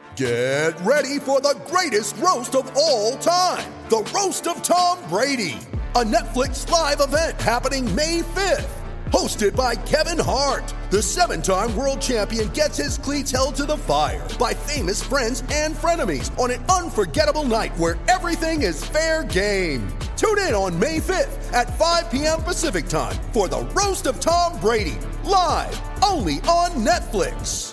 Get ready for the greatest roast of all time, the Roast of Tom Brady, a Netflix live event happening May 5th. Hosted by Kevin Hart, the 7-time world champion gets his cleats held to the fire by famous friends and frenemies on an unforgettable night where everything is fair game. Tune in on May 5th at 5 p.m. Pacific time for the Roast of Tom Brady, live only on Netflix.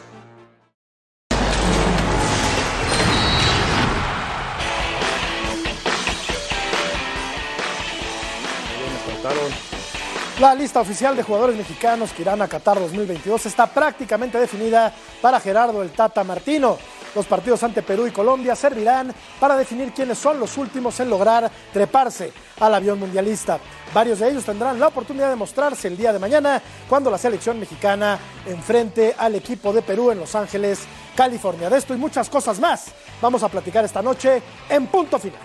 La lista oficial de jugadores mexicanos que irán a Qatar 2022 está prácticamente definida para Gerardo el Tata Martino. Los partidos ante Perú y Colombia servirán para definir quiénes son los últimos en lograr treparse al avión mundialista. Varios de ellos tendrán la oportunidad de mostrarse el día de mañana cuando la selección mexicana enfrente al equipo de Perú en Los Ángeles, California. De esto y muchas cosas más vamos a platicar esta noche en Punto Final.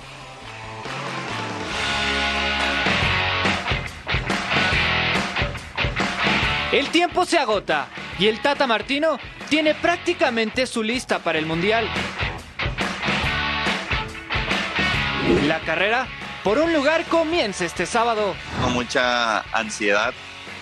El tiempo se agota y el Tata Martino tiene prácticamente su lista para el Mundial. La carrera por un lugar comienza este sábado. Con mucha ansiedad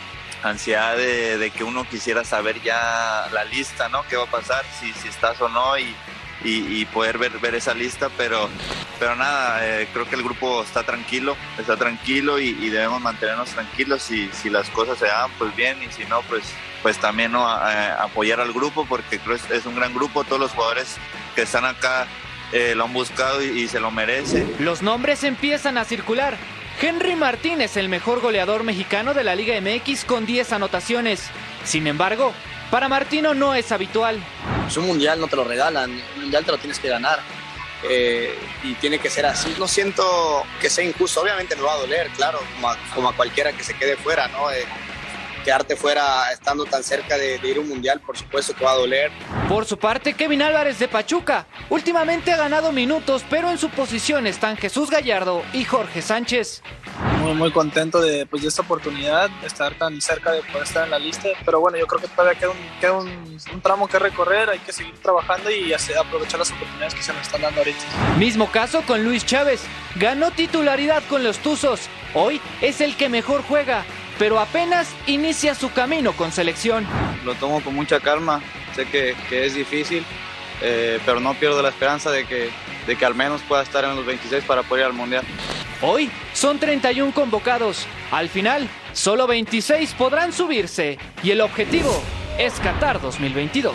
de que uno quisiera saber ya la lista, ¿no? ¿Qué va a pasar? Si estás o no y poder ver esa lista, pero nada, creo que el grupo está tranquilo y debemos mantenernos tranquilos. Si las cosas se dan, pues bien, y si no, pues también, ¿no? Apoyar al grupo, porque creo que es un gran grupo. Todos los jugadores que están acá lo han buscado y se lo merecen. Los nombres empiezan a circular. Henry Martín es el mejor goleador mexicano de la Liga MX con 10 anotaciones. Sin embargo, para Martino no es habitual. Pues un mundial no te lo regalan, un mundial te lo tienes que ganar. Y tiene que ser así. No siento que sea injusto, obviamente me va a doler, claro, como a cualquiera que se quede fuera, ¿no? Quedarte fuera estando tan cerca de ir a un mundial, por supuesto que va a doler. Por su parte, Kevin Álvarez de Pachuca últimamente ha ganado minutos, pero en su posición están Jesús Gallardo y Jorge Sánchez. Muy contento de esta oportunidad, de estar tan cerca de poder estar en la lista, pero bueno, yo creo que todavía queda un tramo que recorrer, hay que seguir trabajando y aprovechar las oportunidades que se nos están dando ahorita. Mismo caso con Luis Chávez, ganó titularidad con los Tuzos, hoy es el que mejor juega, pero apenas inicia su camino con selección. Lo tomo con mucha calma, sé que es difícil, pero no pierdo la esperanza de que al menos pueda estar en los 26 para poder ir al Mundial. Hoy son 31 convocados, al final solo 26 podrán subirse y el objetivo es Qatar 2022.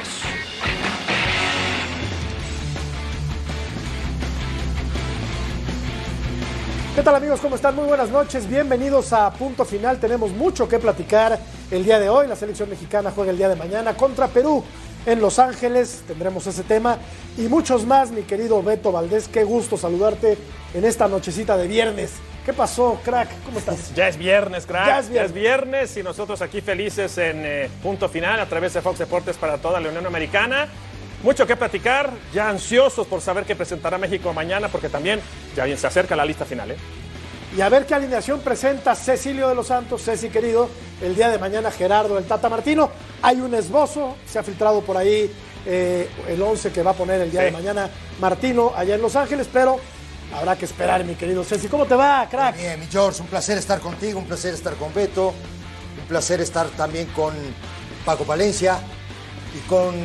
¿Qué tal, amigos? ¿Cómo están? Muy buenas noches, bienvenidos a Punto Final. Tenemos mucho que platicar el día de hoy. La selección mexicana juega el día de mañana contra Perú en Los Ángeles. Tendremos ese tema y muchos más, mi querido Beto Valdés. Qué gusto saludarte en esta nochecita de viernes. ¿Qué pasó, crack? ¿Cómo estás? Ya es viernes, crack. Ya es viernes y nosotros aquí felices en Punto Final a través de Fox Deportes para toda la Unión Americana. Mucho que platicar, ya ansiosos por saber qué presentará México mañana, porque también ya bien se acerca la lista final, Y a ver qué alineación presenta Cecilio de los Santos, Ceci querido, el día de mañana Gerardo el Tata Martino. Hay un esbozo, se ha filtrado por ahí el 11 que va a poner el día de mañana Martino allá en Los Ángeles, pero habrá que esperar, mi querido Ceci. ¿Cómo te va, crack? Muy bien, mi George, un placer estar contigo, un placer estar con Beto, un placer estar también con Paco Palencia y con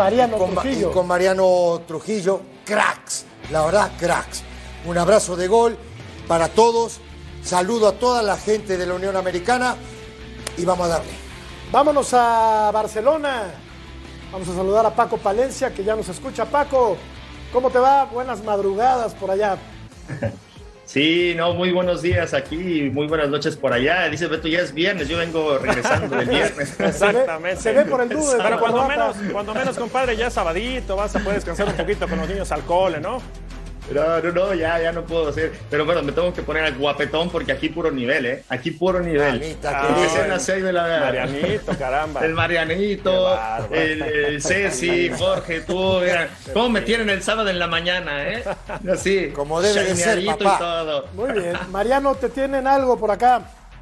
Mariano Trujillo. Cracks, la verdad, cracks. Un abrazo de gol para todos, saludo a toda la gente de la Unión Americana y vamos a darle. Vámonos a Barcelona, vamos a saludar a Paco Palencia, que ya nos escucha. Paco, ¿cómo te va? Buenas madrugadas por allá. Sí, no, muy buenos días aquí, muy buenas noches por allá. Dice Beto, ya es viernes, yo vengo regresando del viernes. Exactamente. Se ve por el nudo. Pero cuando menos, compadre, ya es sabadito, vas a poder descansar un poquito con los niños al cole, ¿no? No, ya no puedo hacer. Pero bueno, me tengo que poner al guapetón porque aquí puro nivel, Aquí puro nivel. Marianito, caramba. El Marianito, el Ceci, Jorge, tú, mira, cómo me tienen el sábado en la mañana, Así, como debe de ser, papá. Y todo. Muy bien. Mariano, ¿te tienen algo por acá?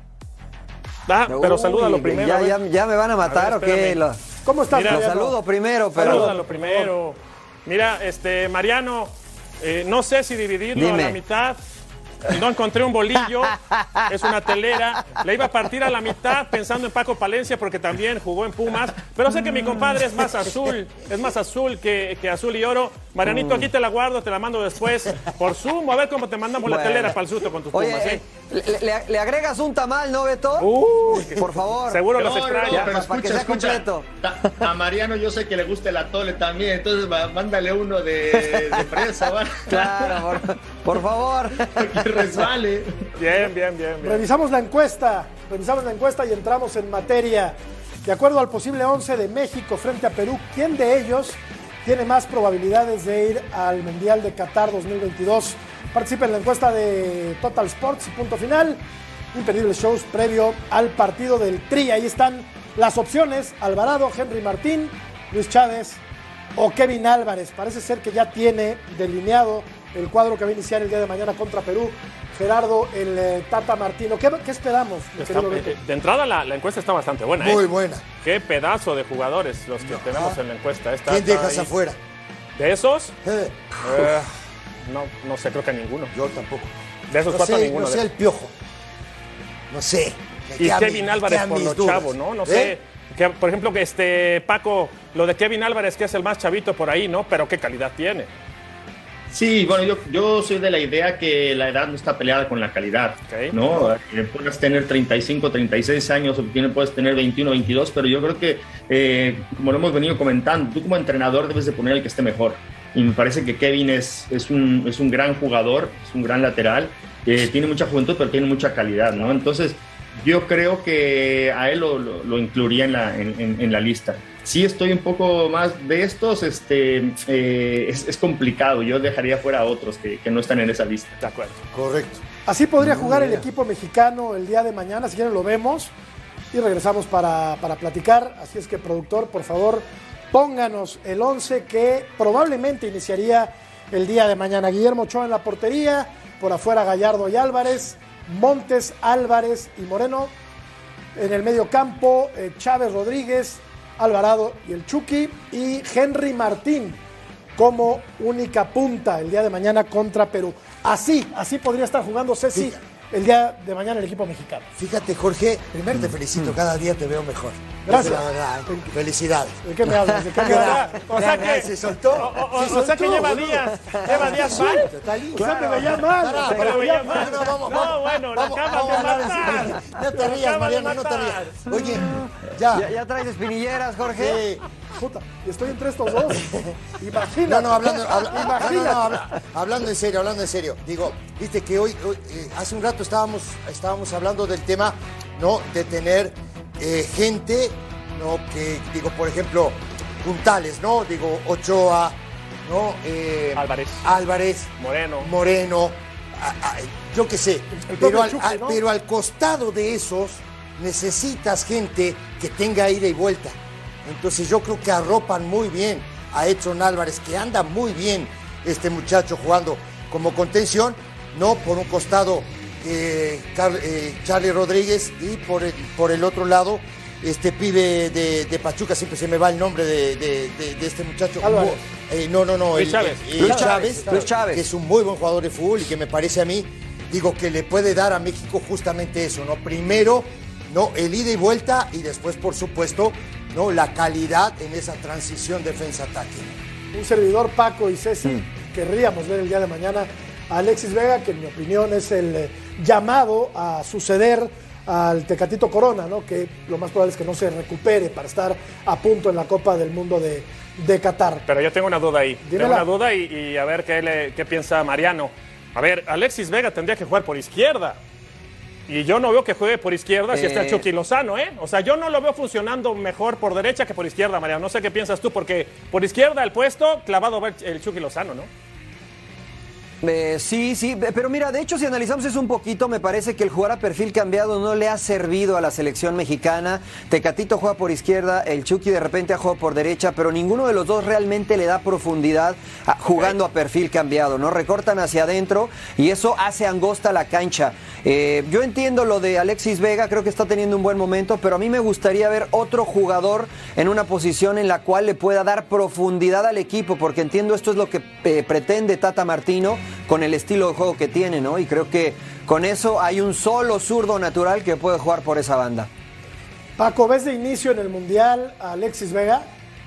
Pero salúdalo primero. ¿Ya me van a matar o qué? ¿Cómo estás, Lo saludo primero, pero... Salúdalo primero. Mira, Mariano, no sé si dividirlo a la mitad. No encontré un bolillo, es una telera. Le iba a partir a la mitad pensando en Paco Palencia porque también jugó en Pumas. Pero sé que mi compadre es más azul que azul y oro. Marianito, aquí te la guardo, te la mando después por Zoom. A ver cómo te mandamos la telera para el susto con tus Pumas. ¿Le agregas un tamal, no, Beto? Por favor. Seguro los extraña. Pero escucha, a Mariano yo sé que le gusta el atole también, entonces mándale uno de fresa, ¿vale? Claro, por favor. Que resbale. Bien. Revisamos la encuesta y entramos en materia. De acuerdo al posible 11 de México frente a Perú, ¿quién de ellos tiene más probabilidades de ir al Mundial de Qatar 2022? Participa en la encuesta de Total Sports y Punto Final. Imperdibles shows previo al partido del Tri. Ahí están las opciones: Alvarado, Henry Martín, Luis Chávez o Kevin Álvarez. Parece ser que ya tiene delineado el cuadro que va a iniciar el día de mañana contra Perú. Gerardo, el Tata Martino. ¿Qué esperamos? De entrada la encuesta está bastante buena. Muy buena. Qué pedazo de jugadores los que tenemos en la encuesta. ¿Quién dejas afuera? ¿De esos? No sé, creo que a ninguno. Yo tampoco. De esos cuatro ninguno. No sé el Piojo. No sé. Y Kevin Álvarez por los chavos, ¿no? No sé. Que, por ejemplo, que Paco, lo de Kevin Álvarez, que es el más chavito por ahí, ¿no? Pero qué calidad tiene. Sí, bueno, yo soy de la idea que la edad no está peleada con la calidad, ¿no? Puedes tener 35, 36 años o puedes tener 21, 22, pero yo creo que, como lo hemos venido comentando, tú como entrenador debes de poner el que esté mejor. Y me parece que Kevin es un gran jugador, es un gran lateral, tiene mucha juventud, pero tiene mucha calidad, ¿no? Entonces, yo creo que a él lo incluiría en la lista. Sí, estoy un poco más de estos, es complicado. Yo dejaría fuera a otros que no están en esa lista. De acuerdo. Correcto. Así podría jugar el equipo mexicano el día de mañana. Si quieren lo vemos y regresamos para platicar. Así es que, productor, por favor, pónganos el 11 que probablemente iniciaría el día de mañana. Guillermo Ochoa en la portería, por afuera Gallardo y Álvarez, Montes, Álvarez y Moreno. En el medio campo, Chávez, Rodríguez, Alvarado y el Chucky, y Henry Martín como única punta el día de mañana contra Perú. Así podría estar jugando Ceci el día de mañana el equipo mexicano. Fíjate, Jorge, primero te felicito, cada día te veo mejor. Gracias. La verdad, felicidades. ¿De qué me hablas? Se soltó. O sea que lleva días mal. O sea, me veía mal. No, bueno, la acabas de matar. No te rías, Mariano, no te rías. Oye, ya. ¿Ya traes espinilleras, Jorge? Sí. Puta, estoy entre estos dos. Imagínate. Hablando en serio. Digo, viste que hoy hace un rato estábamos hablando del tema, ¿no? De tener gente, ¿no? Que, digo, por ejemplo, puntales, ¿no? Digo, Ochoa, ¿no? Álvarez. Moreno. Yo qué sé. Pero al costado de esos necesitas gente que tenga ida y vuelta. Entonces yo creo que arropan muy bien a Edson Álvarez, que anda muy bien este muchacho jugando como contención, ¿no? Por un costado Charlie Rodríguez y por el otro lado este pibe de Pachuca, siempre se me va el nombre de este muchacho. Luis Chávez, que es un muy buen jugador de fútbol y que me parece a mí, digo, que le puede dar a México justamente eso, ¿no? Primero, ¿no? El ida y vuelta y después, por supuesto, ¿no? La calidad en esa transición defensa-ataque. Un servidor, Paco y Ceci, querríamos ver el día de mañana a Alexis Vega, que en mi opinión es el llamado a suceder al Tecatito Corona, ¿no? Que lo más probable es que no se recupere para estar a punto en la Copa del Mundo de Qatar. Pero yo tengo una duda ahí. Dímela. Tengo una duda y a ver qué piensa Mariano. A ver, Alexis Vega tendría que jugar por izquierda. Y yo no veo que juegue por izquierda si está el Chucky Lozano, ¿eh? O sea, yo no lo veo funcionando mejor por derecha que por izquierda, Mariano. No sé qué piensas tú, porque por izquierda el puesto clavado va el Chucky Lozano, ¿no? Sí, pero mira, de hecho, si analizamos eso un poquito, me parece que el jugar a perfil cambiado no le ha servido a la selección mexicana. Tecatito juega por izquierda, el Chucky de repente ha jugado por derecha, pero ninguno de los dos realmente le da profundidad jugando a perfil cambiado, ¿no? Recortan hacia adentro y eso hace angosta la cancha. Yo entiendo lo de Alexis Vega, creo que está teniendo un buen momento, pero a mí me gustaría ver otro jugador en una posición en la cual le pueda dar profundidad al equipo, porque entiendo esto es lo que pretende Tata Martino con el estilo de juego que tiene, ¿no? Y creo que con eso hay un solo zurdo natural que puede jugar por esa banda. Paco, ¿ves de inicio en el Mundial a Alexis Vega?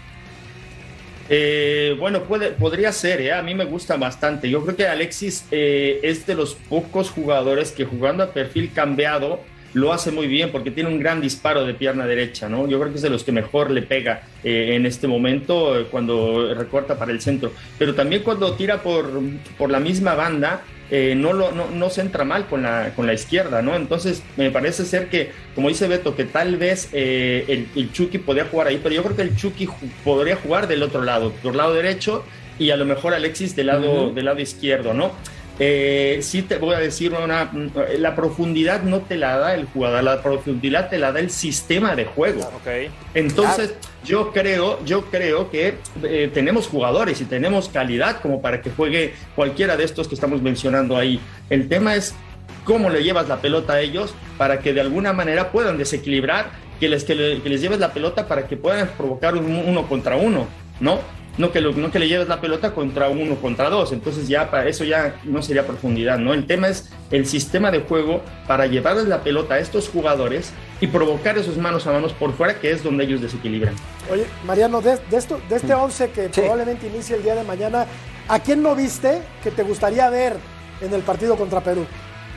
Bueno, podría ser, a mí me gusta bastante. Yo creo que Alexis es de los pocos jugadores que jugando a perfil cambiado lo hace muy bien porque tiene un gran disparo de pierna derecha, ¿no? Yo creo que es de los que mejor le pega en este momento cuando recorta para el centro. Pero también cuando tira por la misma banda, no se entra mal con la izquierda, ¿no? Entonces me parece ser que, como dice Beto, que tal vez el Chucky podría jugar ahí, pero yo creo que el Chucky podría jugar del otro lado, por lado derecho, y a lo mejor Alexis del lado izquierdo, ¿no? Sí te voy a decir la profundidad no te la da el jugador, la profundidad te la da el sistema de juego. Okay. Entonces yo creo que tenemos jugadores y tenemos calidad como para que juegue cualquiera de estos que estamos mencionando ahí. El tema es cómo le llevas la pelota a ellos para que de alguna manera puedan desequilibrar, que les lleves la pelota para que puedan provocar un 1 contra 1, ¿no? No que le lleves la pelota contra 1 contra 2, entonces ya para eso ya no sería profundidad, ¿no? El tema es el sistema de juego para llevarles la pelota a estos jugadores y provocar esos manos a manos por fuera, que es donde ellos desequilibran. Oye, Mariano, de este 11 que probablemente inicie el día de mañana, ¿a quién no viste que te gustaría ver en el partido contra Perú?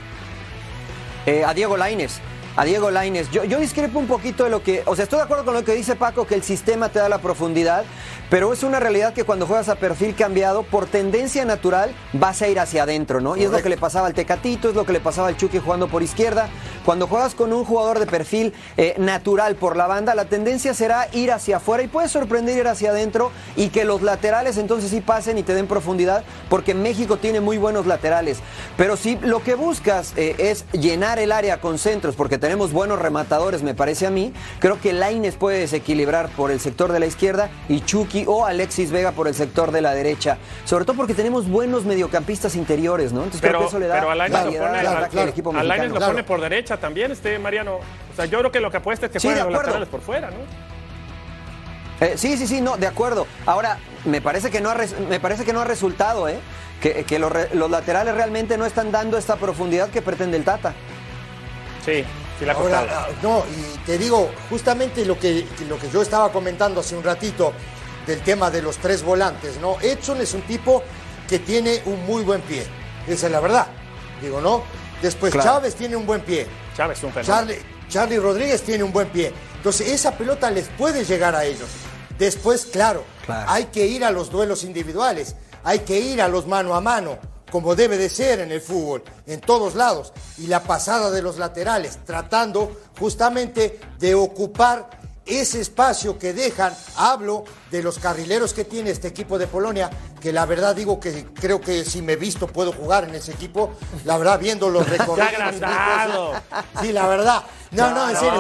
A Diego Lainez. Yo discrepo un poquito de lo que... O sea, estoy de acuerdo con lo que dice Paco, que el sistema te da la profundidad, pero es una realidad que cuando juegas a perfil cambiado, por tendencia natural, vas a ir hacia adentro, ¿no? Y es lo que le pasaba al Tecatito, es lo que le pasaba al Chucky jugando por izquierda. Cuando juegas con un jugador de perfil natural por la banda, la tendencia será ir hacia afuera y puede sorprender ir hacia adentro y que los laterales entonces sí pasen y te den profundidad, porque México tiene muy buenos laterales. Pero si lo que buscas es llenar el área con centros, porque tenemos buenos rematadores, me parece a mí, creo que Lainez puede desequilibrar por el sector de la izquierda y Chucky o Alexis Vega por el sector de la derecha, sobre todo porque tenemos buenos mediocampistas interiores, ¿no? Entonces creo que eso le da variedad al equipo mexicano. A Lainez lo pone por derecha también, Mariano. O sea, yo creo que lo que apuesta es que jueguen los laterales por fuera, ¿no? Sí, no, de acuerdo. Ahora, me parece que no ha resultado, que los laterales realmente no están dando esta profundidad que pretende el Tata. Sí. Ahora, no, y te digo, justamente lo que yo estaba comentando hace un ratito del tema de los 3 volantes, ¿no? Edson es un tipo que tiene un muy buen pie, esa es la verdad, digo, ¿no? Después Chávez tiene un buen pie. Chávez es un fenómeno. Charly Rodríguez tiene un buen pie. Entonces esa pelota les puede llegar a ellos. Después, claro, hay que ir a los duelos individuales, hay que ir a los mano a mano, como debe de ser en el fútbol, en todos lados. Y la pasada de los laterales, tratando justamente de ocupar ese espacio que dejan. Hablo de los carrileros que tiene este equipo de Polonia, que la verdad digo que creo que si me he visto puedo jugar en ese equipo. La verdad, viendo los recorridos. ¡Qué agrandado! Sí, la verdad. No, en serio,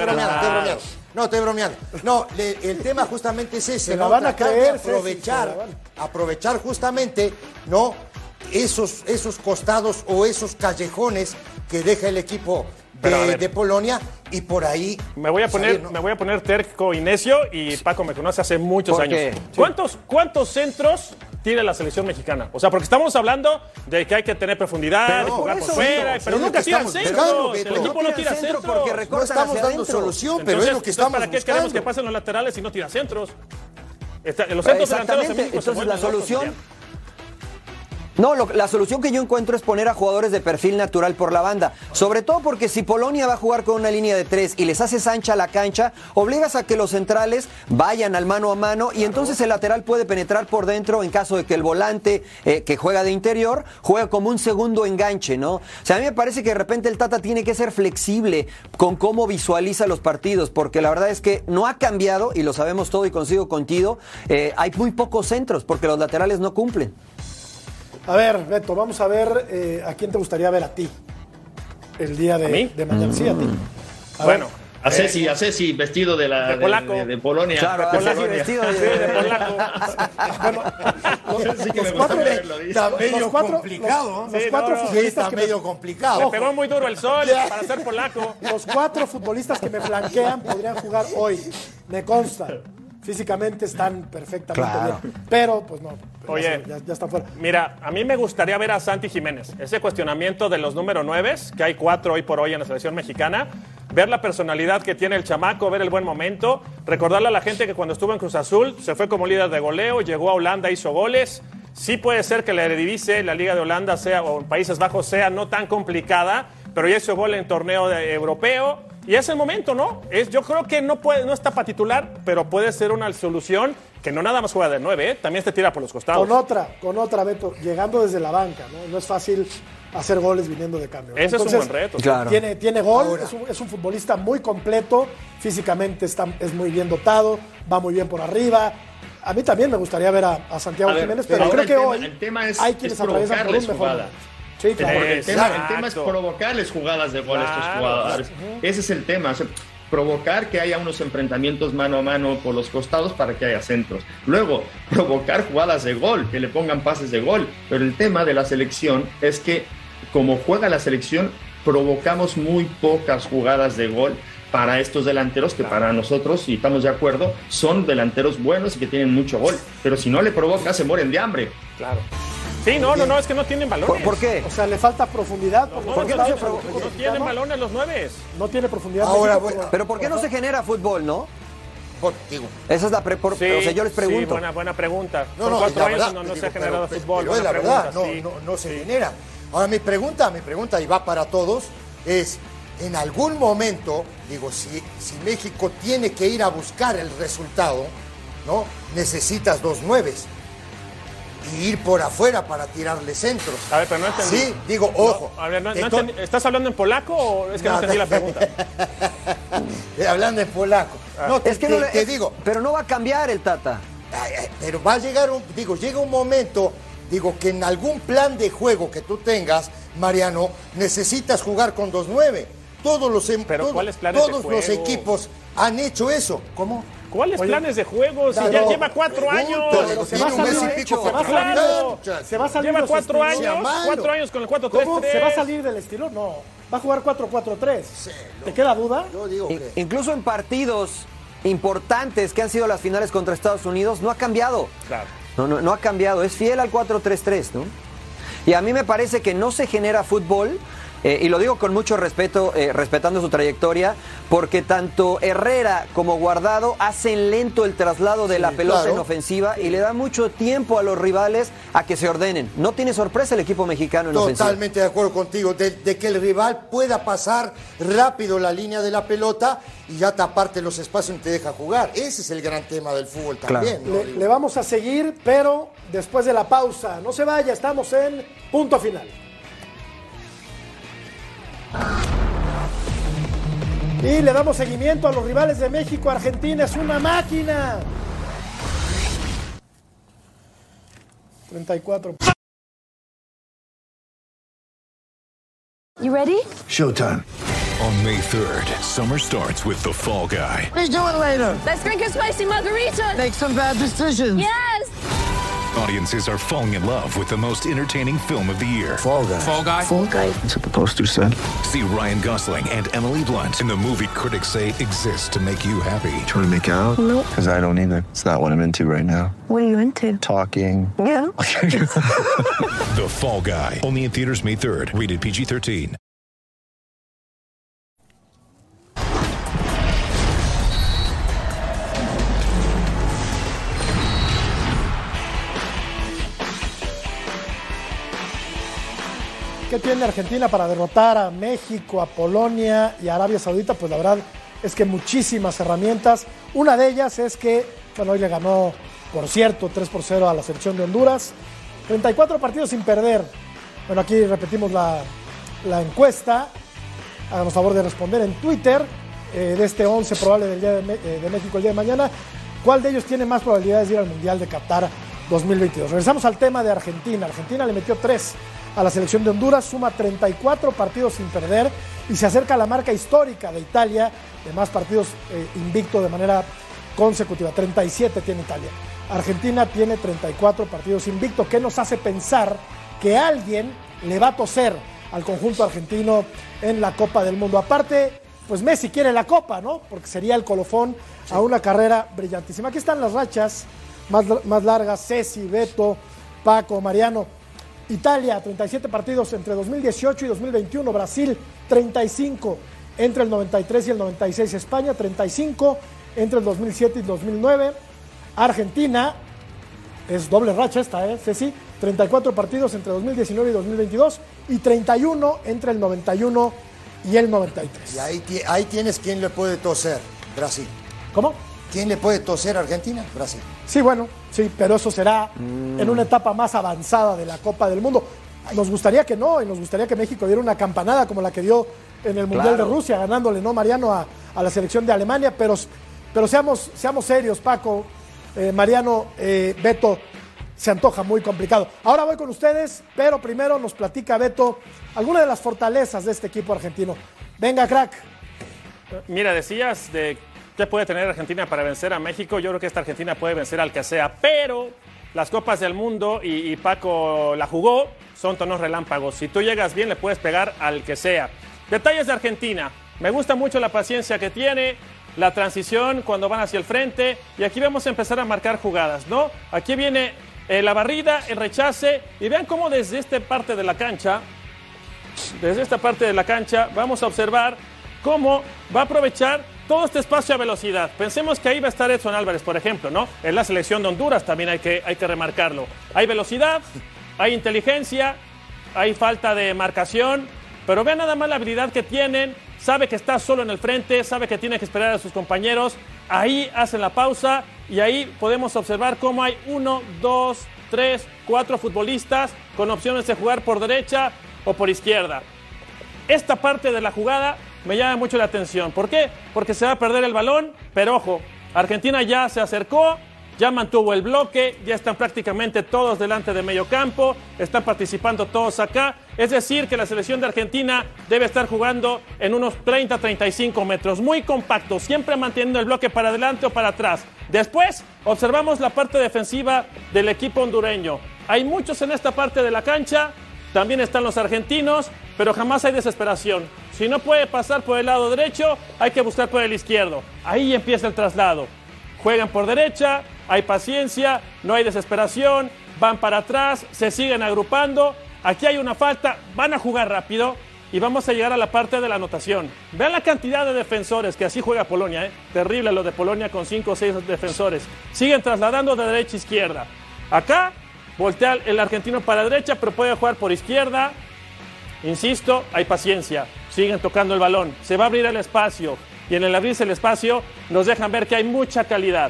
estoy bromeando. No, el tema justamente es ese. Se la van a creer, aprovechar justamente, ¿no? Esos costados o esos callejones que deja el equipo de Polonia, y por ahí me voy a poner terco y necio, y Paco me conoce hace muchos años. ¿Cuántos centros tiene la selección mexicana? O sea, porque estamos hablando de que hay que tener profundidad, de jugar por fuera, pero nunca tiran centro. El equipo no tira centro porque no estamos dando solución, pero es lo que estamos buscando. ¿Para qué queremos que pasen los laterales si no tiran centros? Los centros delanteros en México. Entonces la solución... No, la solución que yo encuentro es poner a jugadores de perfil natural por la banda. Sobre todo porque si Polonia va a jugar con una línea de 3 y les haces ancha la cancha, obligas a que los centrales vayan al mano a mano y entonces el lateral puede penetrar por dentro en caso de que el volante que juega de interior juegue como un segundo enganche, ¿no? O sea, a mí me parece que de repente el Tata tiene que ser flexible con cómo visualiza los partidos, porque la verdad es que no ha cambiado, y lo sabemos todo y consigo contigo, hay muy pocos centros porque los laterales no cumplen. A ver, Beto, vamos a ver a quién te gustaría ver a ti el día de mañana. Sí, a ti. Bueno. A Ceci vestido de Polonia. Claro, de Ceci vestido de polaco. Medio complicado. Los cuatro futbolistas que medio complicado. Me pegó muy duro el sol para ser polaco. Los 4 futbolistas que me flanquean podrían jugar hoy. Me consta. Físicamente están perfectamente bien. Pero, pues no. Oye, ya está fuera. Mira, a mí me gustaría ver a Santi Jiménez. Ese cuestionamiento de los número 9, que hay 4 hoy por hoy en la selección mexicana. Ver la personalidad que tiene el chamaco, ver el buen momento. Recordarle a la gente que cuando estuvo en Cruz Azul se fue como líder de goleo, llegó a Holanda, hizo goles. Sí puede ser que la Eredivisie, la Liga de Holanda o Países Bajos sea no tan complicada, pero ya hizo gol en torneo europeo. Y es el momento, ¿no? Yo creo que no está para titular, pero puede ser una solución que no nada más juega de 9, también te tira por los costados. Con otra, Beto, llegando desde la banca, ¿no? No es fácil hacer goles viniendo de cambio, ¿no? Ese es un buen reto. Claro. Tiene gol, es un futbolista muy completo, físicamente es muy bien dotado, va muy bien por arriba. A mí también me gustaría ver a Santiago Jiménez, pero creo que hoy hay quienes atraviesan por un mejor momento. Sí, claro. Porque el tema es provocarles jugadas de gol a estos jugadores. Ese es el tema. O sea, provocar que haya unos enfrentamientos mano a mano por los costados para que haya centros. Luego, provocar jugadas de gol, que le pongan pases de gol. Pero el tema de la selección es que, como juega la selección, provocamos muy pocas jugadas de gol para estos delanteros que para nosotros, y estamos de acuerdo, son delanteros buenos y que tienen mucho gol. Pero si no le provoca, se mueren de hambre. Claro. Sí, no, es que no tienen balones. ¿Por qué? O sea, le falta profundidad. ¿Por qué no tienen balones los 9? No tiene profundidad. Ahora, pero ¿por qué no se genera fútbol, no? Digo. Esa es la o sea, yo les pregunto. Sí, buena pregunta. No, Por 4 años verdad, no se ha generado fútbol. Pero es la verdad, no se genera. Ahora, mi pregunta, y va para todos, es, en algún momento, digo, si México tiene que ir a buscar el resultado, ¿no? Necesitas 2 9s. Y ir por afuera para tirarle centros. A ver, pero no entendí. Sí, digo, ojo. No, a ver, ¿estás hablando en polaco o es que no entendí la pregunta? Hablando en polaco. No, te digo. Pero no va a cambiar el Tata. Pero va a llegar llega un momento, que en algún plan de juego que tú tengas, Mariano, necesitas jugar con 2 9. Todos los equipos han hecho eso. ¿Cómo? ¿Cuáles planes de juego? Si ya lleva 4 años. Se va a salir. Lleva 4 años. 4 años con el 4-3-3. ¿Se va a salir del estilo? No. Va a jugar 4-4-3. ¿Te queda duda? Yo digo que... Incluso en partidos importantes que han sido las finales contra Estados Unidos, no ha cambiado. Claro. No ha cambiado. Es fiel al 4-3-3, ¿no? Y a mí me parece que no se genera fútbol. Y lo digo con mucho respeto, respetando su trayectoria, porque tanto Herrera como Guardado hacen lento el traslado de la pelota en ofensiva y le da mucho tiempo a los rivales a que se ordenen. No tiene sorpresa el equipo mexicano en ofensiva. Totalmente de acuerdo contigo, de que el rival pueda pasar rápido la línea de la pelota y ya taparte los espacios y te deja jugar. Ese es el gran tema del fútbol también. Claro. Le vamos a seguir, pero después de la pausa. No se vaya, estamos en punto final. Y le damos seguimiento a los rivales de México. Argentina es una máquina. 34. You ready? Showtime. On May 3rd, summer starts with The Fall Guy. Let's do it later. Let's drink a spicy margarita. Make some bad decisions. Yes. Audiences are falling in love with the most entertaining film of the year. Fall Guy. Fall Guy? Fall Guy. That's what the poster said. See Ryan Gosling and Emily Blunt in the movie critics say exists to make you happy. Trying to make it out? Nope. Because I don't either. It's not what I'm into right now. What are you into? Talking. Yeah. The Fall Guy. Only in theaters May 3rd. Rated PG-13. ¿Qué tiene Argentina para derrotar a México, a Polonia y a Arabia Saudita? Pues la verdad es que muchísimas herramientas. Una de ellas es que, hoy le ganó, por cierto, 3-0 a la selección de Honduras. 34 partidos sin perder. Bueno, aquí repetimos la encuesta. Háganos favor de responder en Twitter de este 11 probable del día de México el día de mañana. ¿Cuál de ellos tiene más probabilidades de ir al Mundial de Qatar 2022. Regresamos al tema de Argentina. Argentina le metió 3 a la selección de Honduras, suma 34 partidos sin perder y se acerca a la marca histórica de Italia de más partidos invicto de manera consecutiva. 37 tiene Italia. Argentina tiene 34 partidos invicto. ¿Qué nos hace pensar que alguien le va a toser al conjunto argentino en la Copa del Mundo? Aparte, pues Messi quiere la Copa, ¿no? Porque sería el colofón a una carrera brillantísima. Aquí están las rachas más largas: Ceci, Beto, Paco, Mariano. Italia, 37 partidos entre 2018 y 2021. Brasil, 35 entre el 93 y el 96. España, 35 entre el 2007 y 2009. Argentina, es doble racha esta, Ceci, 34 partidos entre 2019 y 2022 y 31 entre el 91 y el 93. Y ahí tienes quién le puede toser, Brasil. ¿Cómo? ¿Quién le puede toser a Argentina? Brasil. Sí, bueno, sí, pero eso será en una etapa más avanzada de la Copa del Mundo. Nos gustaría que no, y nos gustaría que México diera una campanada como la que dio en el Mundial de Rusia, ganándole, ¿no, Mariano, a la selección de Alemania? Pero seamos serios, Paco, Mariano, Beto, se antoja muy complicado. Ahora voy con ustedes, pero primero nos platica Beto alguna de las fortalezas de este equipo argentino. Venga, crack. Mira, decías de qué puede tener Argentina para vencer a México. Yo creo que esta Argentina puede vencer al que sea, pero las Copas del Mundo, y Paco la jugó, son tonos relámpagos. Si tú llegas bien, le puedes pegar al que sea. Detalles de Argentina. Me gusta mucho la paciencia que tiene, la transición cuando van hacia el frente, y aquí vamos a empezar a marcar jugadas, ¿no? Aquí viene la barrida, el rechace, y vean cómo desde esta parte de la cancha, vamos a observar cómo va a aprovechar todo este espacio a velocidad. Pensemos que ahí va a estar Edson Álvarez, por ejemplo, ¿no? En la selección de Honduras también hay que remarcarlo. Hay velocidad, hay inteligencia, hay falta de marcación, pero vean nada más la habilidad que tienen. Sabe que está solo en el frente, sabe que tiene que esperar a sus compañeros. Ahí hacen la pausa y ahí podemos observar cómo hay 1, 2, 3, 4 futbolistas con opciones de jugar por derecha o por izquierda. Esta parte de la jugada me llama mucho la atención. ¿Por qué? Porque se va a perder el balón, pero ojo, Argentina ya se acercó, ya mantuvo el bloque, ya están prácticamente todos delante de medio campo, están participando todos acá. Es decir, que la selección de Argentina debe estar jugando en unos 30-35 metros, muy compacto, siempre manteniendo el bloque para adelante o para atrás. Después, observamos la parte defensiva del equipo hondureño. Hay muchos en esta parte de la cancha, también están los argentinos, pero jamás hay desesperación. Si no puede pasar por el lado derecho, hay que buscar por el izquierdo. Ahí empieza el traslado. Juegan por derecha, hay paciencia, no hay desesperación, van para atrás, se siguen agrupando. Aquí hay una falta, van a jugar rápido y vamos a llegar a la parte de la anotación. Vean la cantidad de defensores, que así juega Polonia, Terrible lo de Polonia con 5 o 6 defensores. Siguen trasladando de derecha a izquierda. Acá voltea el argentino para derecha, pero puede jugar por izquierda. Insisto, hay paciencia. Siguen tocando el balón. Se va a abrir el espacio. Y en el abrirse el espacio nos dejan ver que hay mucha calidad.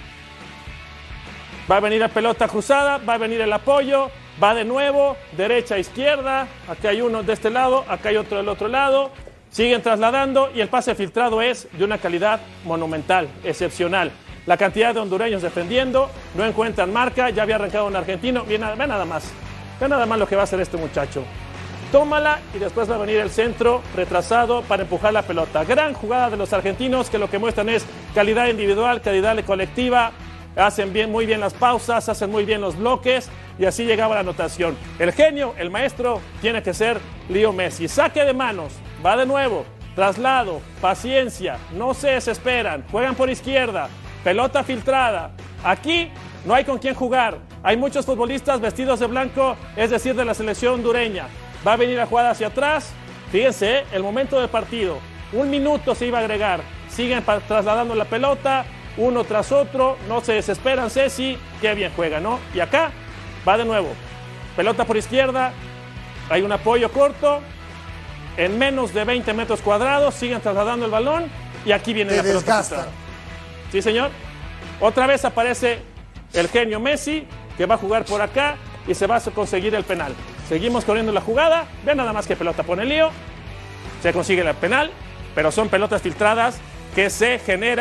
Va a venir la pelota cruzada, va a venir el apoyo, va de nuevo, derecha a izquierda. Acá hay uno de este lado, acá hay otro del otro lado. Siguen trasladando y el pase filtrado es de una calidad monumental, excepcional. La cantidad de hondureños defendiendo, no encuentran marca, ya había arrancado un argentino. Vean nada más lo que va a hacer este muchacho. Tómala y después va a venir el centro retrasado para empujar la pelota. Gran jugada de los argentinos que lo que muestran es calidad individual, calidad colectiva. Hacen muy bien las pausas, hacen muy bien los bloques y así llegaba la anotación. El genio, el maestro, tiene que ser Leo Messi. Saque de manos, va de nuevo, traslado, paciencia, no se desesperan, juegan por izquierda, pelota filtrada. Aquí no hay con quién jugar. Hay muchos futbolistas vestidos de blanco, es decir, de la selección hondureña. Va a venir la jugada hacia atrás. Fíjense, el momento del partido. 1 minuto se iba a agregar. Siguen trasladando la pelota, uno tras otro. No se desesperan, Ceci. Qué bien juega, ¿no? Y acá va de nuevo. Pelota por izquierda. Hay un apoyo corto. En menos de 20 metros cuadrados. Siguen trasladando el balón. Y aquí viene la pelota. Sí, señor. Otra vez aparece el genio Messi, que va a jugar por acá y se va a conseguir el penal. Seguimos corriendo la jugada. Vean nada más que pelota pone Lío. Se consigue el penal, pero son pelotas filtradas que se generan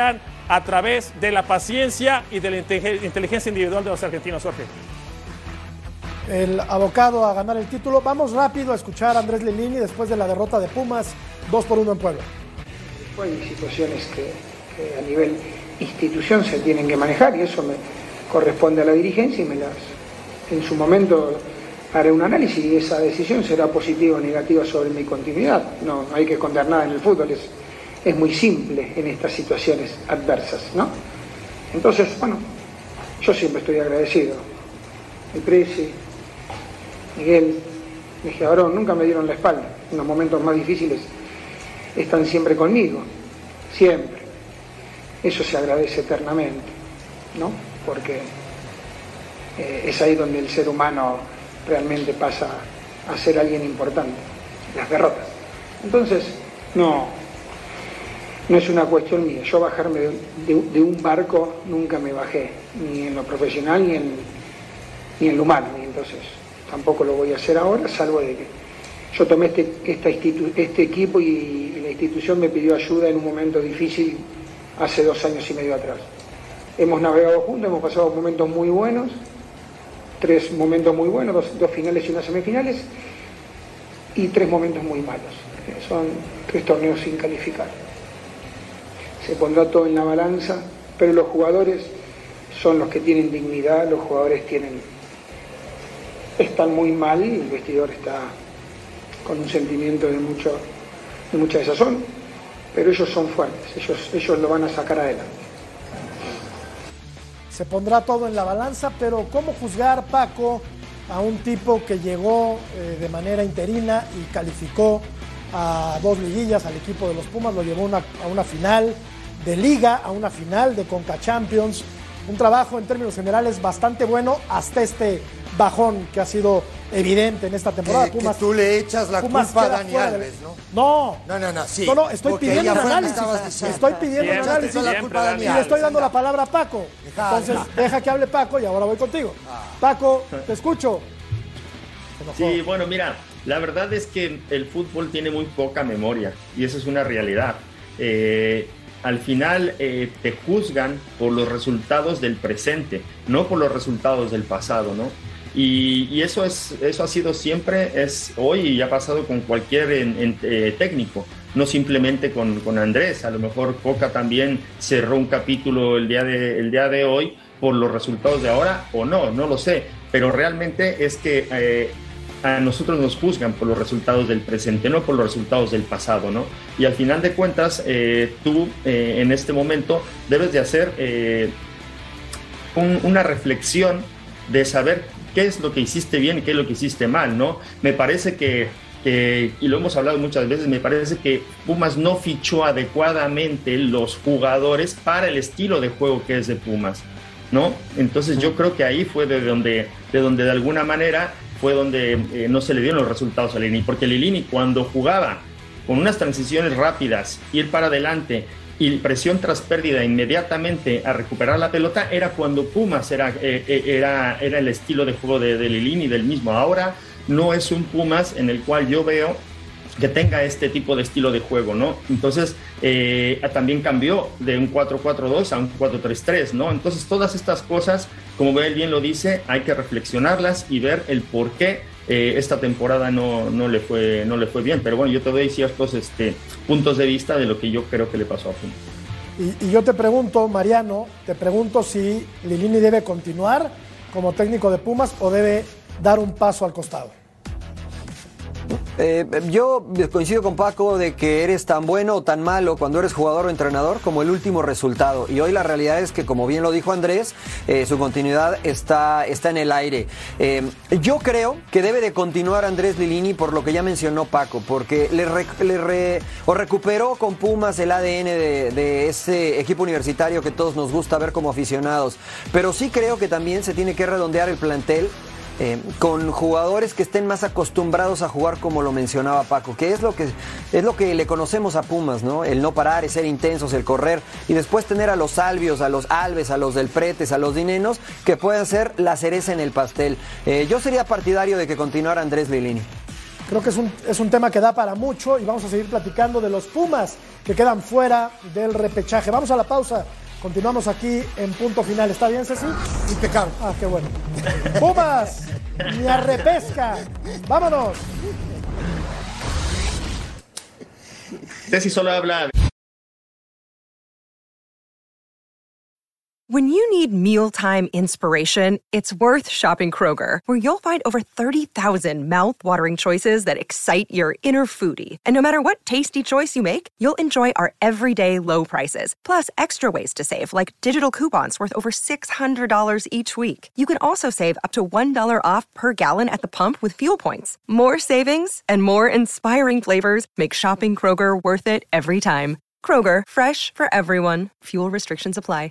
a través de la paciencia y de la inteligencia individual de los argentinos, Jorge. El abocado a ganar el título. Vamos rápido a escuchar a Andrés Lilini después de la derrota de Pumas 2-1 en Puebla. Hay situaciones que a nivel institución se tienen que manejar y eso me corresponde a la dirigencia y en su momento haré un análisis y esa decisión será positiva o negativa sobre mi continuidad. No hay que esconder nada en el fútbol, es muy simple en estas situaciones adversas, ¿no? Entonces, bueno, yo siempre estoy agradecido. El Presi, Miguel, Mejiabrón, nunca me dieron la espalda. En los momentos más difíciles están siempre conmigo, siempre. Eso se agradece eternamente, ¿no? Porque es ahí donde el ser humano realmente pasa a ser alguien importante, las derrotas. Entonces, no es una cuestión mía. Yo bajarme de un barco nunca me bajé, ni en lo profesional ni en lo humano, y entonces tampoco lo voy a hacer ahora, salvo de que yo tomé este equipo y la institución me pidió ayuda en un momento difícil hace 2 años y medio atrás. Hemos navegado juntos, hemos pasado momentos muy buenos, 3 momentos muy buenos, 2 finales y 1 semifinales, y 3 momentos muy malos. Son 3 torneos sin calificar. Se pondrá todo en la balanza, pero los jugadores son los que tienen dignidad, los jugadores están muy mal, el vestidor está con un sentimiento de mucha desazón, pero ellos son fuertes, ellos lo van a sacar adelante. Se pondrá todo en la balanza, pero ¿cómo juzgar, Paco, a un tipo que llegó de manera interina y calificó a 2 liguillas al equipo de los Pumas, lo llevó a una final de Liga, a una final de Conca Champions? Un trabajo en términos generales bastante bueno hasta este bajón que ha sido evidente en esta temporada. Pumas, que tú le echas la culpa a Dani Alves, ¿no? No, sí. No, estoy pidiendo un análisis. Estoy pidiendo un análisis y le estoy dando la palabra a Paco. Entonces, deja que hable Paco y ahora voy contigo. Paco, te escucho. Sí, bueno, mira, la verdad es que el fútbol tiene muy poca memoria y eso es una realidad. Al final te juzgan por los resultados del presente, no por los resultados del pasado, ¿no? Y eso ha sido siempre, es hoy y ha pasado con cualquier técnico, no simplemente con Andrés. A lo mejor Coca también cerró un capítulo el día de hoy por los resultados de ahora, o no lo sé, pero realmente es que a nosotros nos juzgan por los resultados del presente, no por los resultados del pasado, ¿no? Y al final de cuentas, tú en este momento debes de hacer una reflexión de saber qué es lo que hiciste bien y qué es lo que hiciste mal, ¿no? Me parece que y lo hemos hablado muchas veces, me parece que Pumas no fichó adecuadamente los jugadores para el estilo de juego que es de Pumas, ¿no? Entonces yo creo que ahí fue de donde de alguna manera fue donde no se le dieron los resultados a Lilini, porque Lilini cuando jugaba con unas transiciones rápidas, ir para adelante y presión tras pérdida inmediatamente a recuperar la pelota, era cuando Pumas era el estilo de juego de Lilini, del mismo. Ahora no es un Pumas en el cual yo veo que tenga este tipo de estilo de juego, ¿no? Entonces también cambió de un 4-4-2 a un 4-3-3, ¿no? Entonces todas estas cosas, como él bien lo dice, hay que reflexionarlas y ver el por qué esta temporada no le fue bien. Pero bueno, yo te doy ciertos puntos de vista de lo que yo creo que le pasó a Pumas. Y yo te pregunto, Mariano, si Lilini debe continuar como técnico de Pumas o debe dar un paso al costado. Yo coincido con Paco de que eres tan bueno o tan malo cuando eres jugador o entrenador como el último resultado, y hoy la realidad es que, como bien lo dijo Andrés, su continuidad está en el aire. Yo creo que debe de continuar Andrés Lilini por lo que ya mencionó Paco, porque recuperó con Pumas el ADN de ese equipo universitario que todos nos gusta ver como aficionados, pero sí creo que también se tiene que redondear el plantel con jugadores que estén más acostumbrados a jugar como lo mencionaba Paco, que es lo que le conocemos a Pumas, ¿no? El no parar, el ser intensos, el correr, y después tener a los Albios, a los Alves, a los del Pretes, a los Dinenos, que puedan ser la cereza en el pastel. Yo sería partidario de que continuara Andrés Lilini. Creo que es un tema que da para mucho y vamos a seguir platicando de los Pumas que quedan fuera del repechaje. Vamos a la pausa. Continuamos aquí en Punto Final. ¿Está bien, Ceci? Impecable. Ah, qué bueno. Pumas, ni a repesca. Vámonos. Ceci solo habla. When you need mealtime inspiration, it's worth shopping Kroger, where you'll find over 30,000 mouth-watering choices that excite your inner foodie. And no matter what tasty choice you make, you'll enjoy our everyday low prices, plus extra ways to save, like digital coupons worth over $600 each week. You can also save up to $1 off per gallon at the pump with fuel points. More savings and more inspiring flavors make shopping Kroger worth it every time. Kroger, fresh for everyone. Fuel restrictions apply.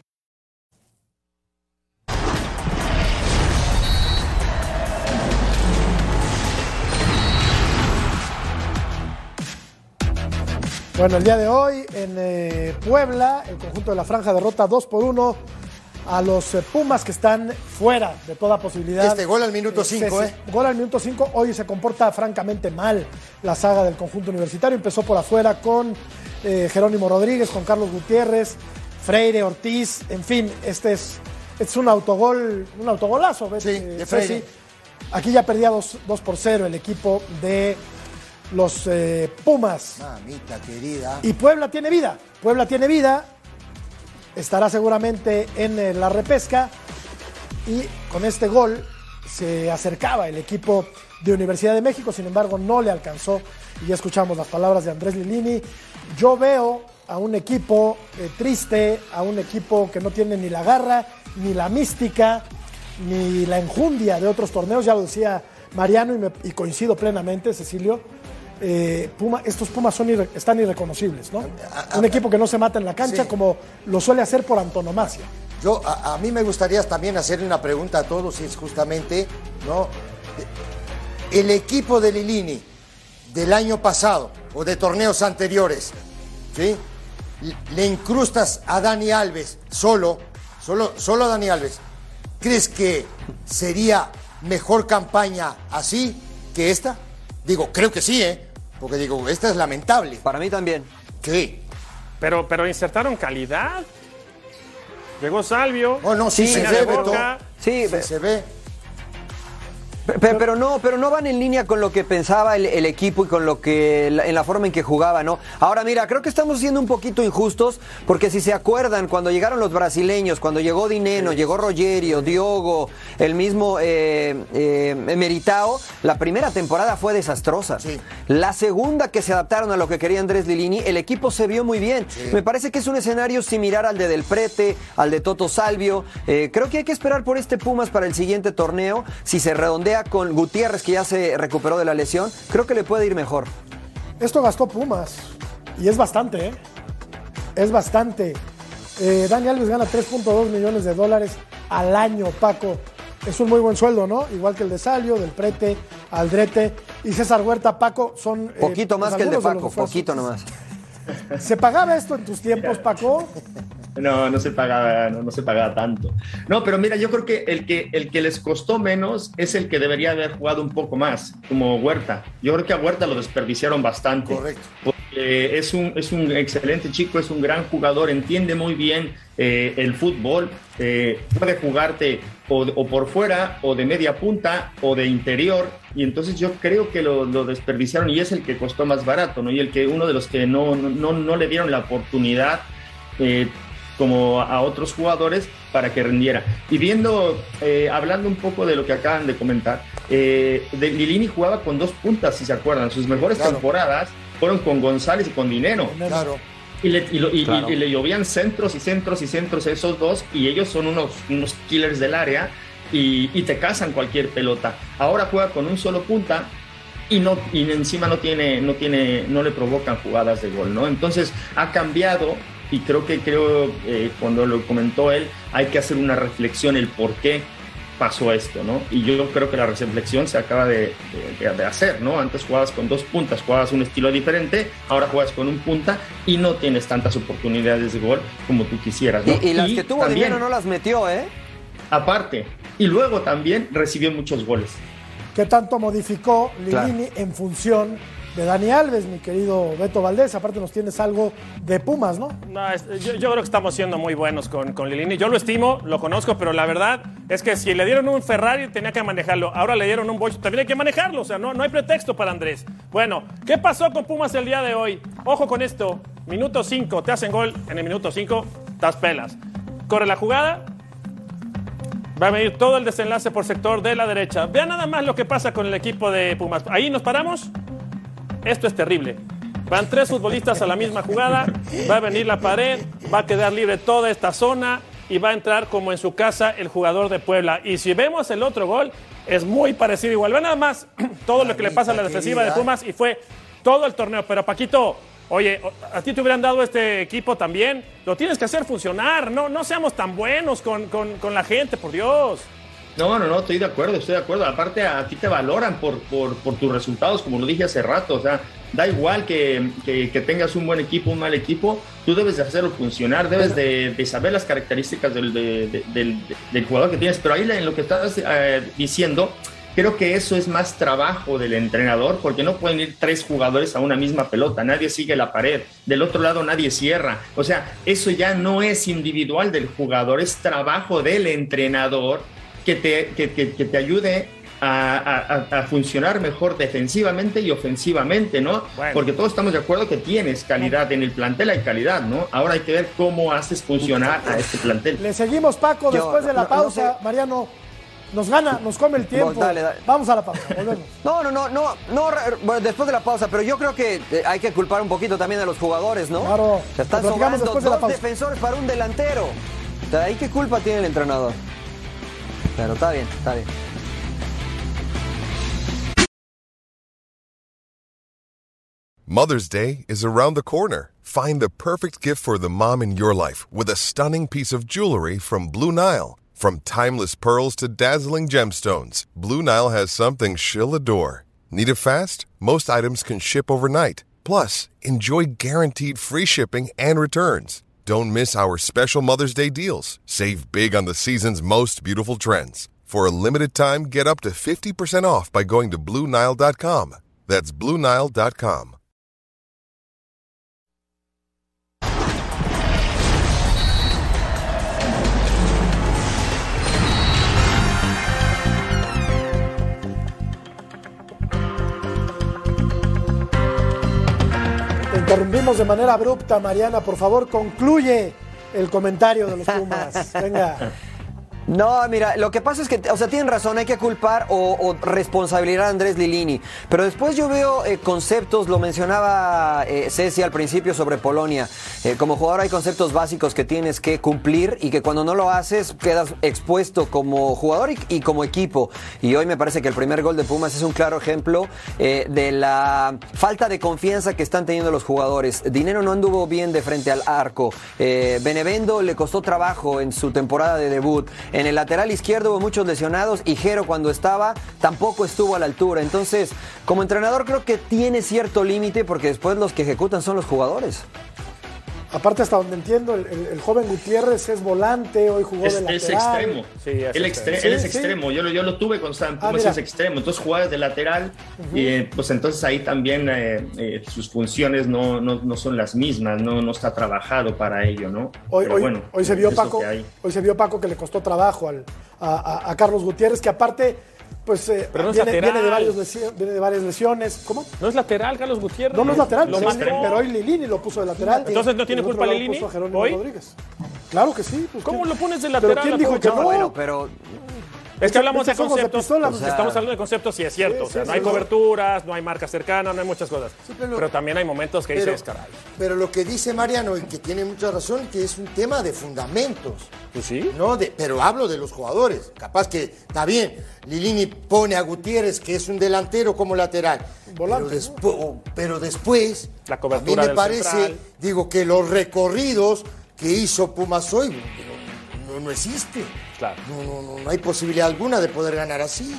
Bueno, el día de hoy en Puebla, el conjunto de la Franja derrota 2-1 a los Pumas, que están fuera de toda posibilidad. Gol al minuto 5, Gol al minuto 5. Hoy se comporta francamente mal la saga del conjunto universitario. Empezó por afuera con Jerónimo Rodríguez, con Carlos Gutiérrez, Freire, Ortiz. En fin, este es un autogolazo. Sí, de Freire. Aquí ya perdía 2-0 el equipo de los Pumas. Mamita querida. Y Puebla tiene vida. Estará seguramente en la repesca. Y con este gol se acercaba el equipo de Universidad de México. Sin embargo, no le alcanzó. Y ya escuchamos las palabras de Andrés Lilini. Yo veo a un equipo triste, a un equipo que no tiene ni la garra, ni la mística, ni la enjundia de otros torneos. Ya lo decía Mariano y coincido plenamente, Cecilio. Estos Pumas están irreconocibles, ¿no? Un equipo que no se mata en la cancha, sí, como lo suele hacer por antonomasia. A mí me gustaría también hacerle una pregunta a todos, y es justamente, ¿no? El equipo de Lilini del año pasado o de torneos anteriores, ¿sí? Le incrustas a Dani Alves, solo a Dani Alves. ¿Crees que sería mejor campaña así que esta? Digo, creo que sí, porque digo, esta es lamentable. Para mí también. Sí. Pero insertaron calidad. Llegó Salvio. Oh, no, sí se ve, Beto. Sí, se ve. Pero no van en línea con lo que pensaba el equipo y con lo que en la forma en que jugaba, ¿no? Ahora mira, creo que estamos siendo un poquito injustos, porque si se acuerdan, cuando llegaron los brasileños, cuando llegó Dineno, sí, llegó Rogerio, Diogo, el mismo Meritao, la primera temporada fue desastrosa. Sí. La segunda, que se adaptaron a lo que quería Andrés Lilini, el equipo se vio muy bien. Sí. Me parece que es un escenario similar al de Del Prete, al de Toto Salvio. Creo que hay que esperar por este Pumas para el siguiente torneo. Si se redondea con Gutiérrez, que ya se recuperó de la lesión, creo que le puede ir mejor. Esto gastó Pumas, y es bastante, es bastante. Dani Alves gana $3.2 millones al año, Paco. Es un muy buen sueldo, ¿no? Igual que el de Salvio, Del Prete, Aldrete y César Huerta. Paco, son... poquito más que el de Paco, poquito nomás. ¿Se pagaba esto en tus tiempos, Paco? No se pagaba tanto. No, pero mira, yo creo que el que les costó menos es el que debería haber jugado un poco más, como Huerta. Yo creo que a Huerta lo desperdiciaron bastante. Correcto. Porque es un excelente chico, es un gran jugador, entiende muy bien el fútbol, puede jugarte o por fuera, o de media punta, o de interior, y entonces yo creo que lo desperdiciaron, y es el que costó más barato, ¿no? Y uno de los que no le dieron la oportunidad como a otros jugadores para que rendiera. Y hablando un poco de lo que acaban de comentar, Lilini jugaba con dos puntas, si se acuerdan. Sus mejores temporadas fueron con González y con Dineno. Claro. Y le llovían centros a esos dos, y ellos son unos killers del área, y te cazan cualquier pelota. Ahora juega con un solo punta, y encima no le provocan jugadas de gol, ¿no? Entonces ha cambiado. Y creo cuando lo comentó él, hay que hacer una reflexión el por qué pasó esto, ¿no? Y yo creo que la reflexión se acaba de hacer, ¿no? Antes jugabas con dos puntas, jugabas un estilo diferente, ahora juegas con un punta y no tienes tantas oportunidades de gol como tú quisieras, ¿no? Y las que tuvo Dinero no las metió, Aparte, y luego también recibió muchos goles. ¿Qué tanto modificó Lilini en función Dani Alves, mi querido Beto Valdés. Aparte nos tienes algo de Pumas, ¿no? No, yo creo que estamos siendo muy buenos con Lilini. Yo lo estimo, lo conozco, pero la verdad es que si le dieron un Ferrari tenía que manejarlo. Ahora le dieron un Bosch, también hay que manejarlo. O sea, no hay pretexto para Andrés. Bueno, ¿qué pasó con Pumas el día de hoy? Ojo con esto. Minuto 5, te hacen gol en el minuto 5, das pelas. Corre la jugada. Va a venir todo el desenlace por sector de la derecha. Vean nada más lo que pasa con el equipo de Pumas. Ahí nos paramos. Esto es terrible. Van 3 futbolistas a la misma jugada, va a venir la pared, va a quedar libre toda esta zona y va a entrar como en su casa el jugador de Puebla. Y si vemos el otro gol, es muy parecido igual. Vean nada más todo lo que le pasa a la defensiva de Pumas y fue todo el torneo. Pero Paquito, oye, a ti te hubieran dado este equipo también. Lo tienes que hacer funcionar. No seamos tan buenos con la gente, por Dios. No, estoy de acuerdo. Aparte, a ti te valoran por tus resultados, como lo dije hace rato. O sea, da igual que tengas un buen equipo, un mal equipo, tú debes de hacerlo funcionar, debes de saber las características del jugador que tienes. Pero ahí en lo que estás diciendo, creo que eso es más trabajo del entrenador, porque no pueden ir 3 jugadores a una misma pelota, nadie sigue la pared, del otro lado nadie cierra. O sea, eso ya no es individual del jugador, es trabajo del entrenador que te ayude a funcionar mejor defensivamente y ofensivamente, ¿no? Bueno. Porque todos estamos de acuerdo que tienes calidad en el plantel, hay calidad, ¿no? Ahora hay que ver cómo haces funcionar a este plantel. Le seguimos, Paco, después de la pausa. Mariano, nos gana, nos come el tiempo. Dale. Vamos a la pausa, volvemos. No, después de la pausa, pero yo creo que hay que culpar un poquito también a los jugadores, ¿no? Claro. Se están sobrando 2 defensores para un delantero. ¿Ahí qué culpa tiene el entrenador? Pero está bien. Mother's Day is around the corner. Find the perfect gift for the mom in your life with a stunning piece of jewelry from Blue Nile. From timeless pearls to dazzling gemstones, Blue Nile has something she'll adore. Need it fast? Most items can ship overnight. Plus, enjoy guaranteed free shipping and returns. Don't miss our special Mother's Day deals. Save big on the season's most beautiful trends. For a limited time, get up to 50% off by going to BlueNile.com. That's BlueNile.com. Interrumpimos de manera abrupta, Mariana, por favor, concluye el comentario de los Pumas. Venga. No, mira, lo que pasa es que, o sea, tienen razón, hay que culpar o responsabilizar a Andrés Lilini, pero después yo veo conceptos, lo mencionaba Ceci al principio sobre Polonia, como jugador hay conceptos básicos que tienes que cumplir y que cuando no lo haces quedas expuesto como jugador y como equipo, y hoy me parece que el primer gol de Pumas es un claro ejemplo de la falta de confianza que están teniendo los jugadores. Dinero no anduvo bien de frente al arco, Benevendo le costó trabajo en su temporada de debut. En el lateral izquierdo hubo muchos lesionados y Jero cuando estaba tampoco estuvo a la altura. Entonces, como entrenador creo que tiene cierto límite porque después los que ejecutan son los jugadores. Aparte, hasta donde entiendo, el joven Gutiérrez es volante, hoy jugó de lateral. Es extremo. Sí, él es extremo. Yo lo tuve con Sam Pumas, es extremo. Entonces jugaba de lateral y pues entonces ahí también sus funciones no son las mismas, no está trabajado para ello, ¿no? Hoy se vio Paco que le costó trabajo a Carlos Gutiérrez, que aparte pues no viene de varias lesiones. ¿Cómo? No es lateral, Carlos Gutiérrez. No es lateral, pero hoy Lilini lo puso de lateral. Entonces no tiene culpa Lilini hoy. Rodríguez. Claro que sí. Pues, ¿cómo lo pones de lateral? ¿Pero quién dijo que no? Bueno, pero es que hablamos de conceptos. Estamos hablando de conceptos, sí es cierto. No hay coberturas, no hay marca cercana, no hay muchas cosas. Sí, pero también hay momentos que dices, caray. Pero lo que dice Mariano, y que tiene mucha razón, que es un tema de fundamentos. Pues sí. ¿No? Pero hablo de los jugadores. Capaz que está bien. Lilini pone a Gutiérrez, que es un delantero, como lateral. Volante, pero después, la cobertura a mí me parece, que los recorridos que hizo Pumas hoy no existe. Claro. No hay posibilidad alguna de poder ganar así.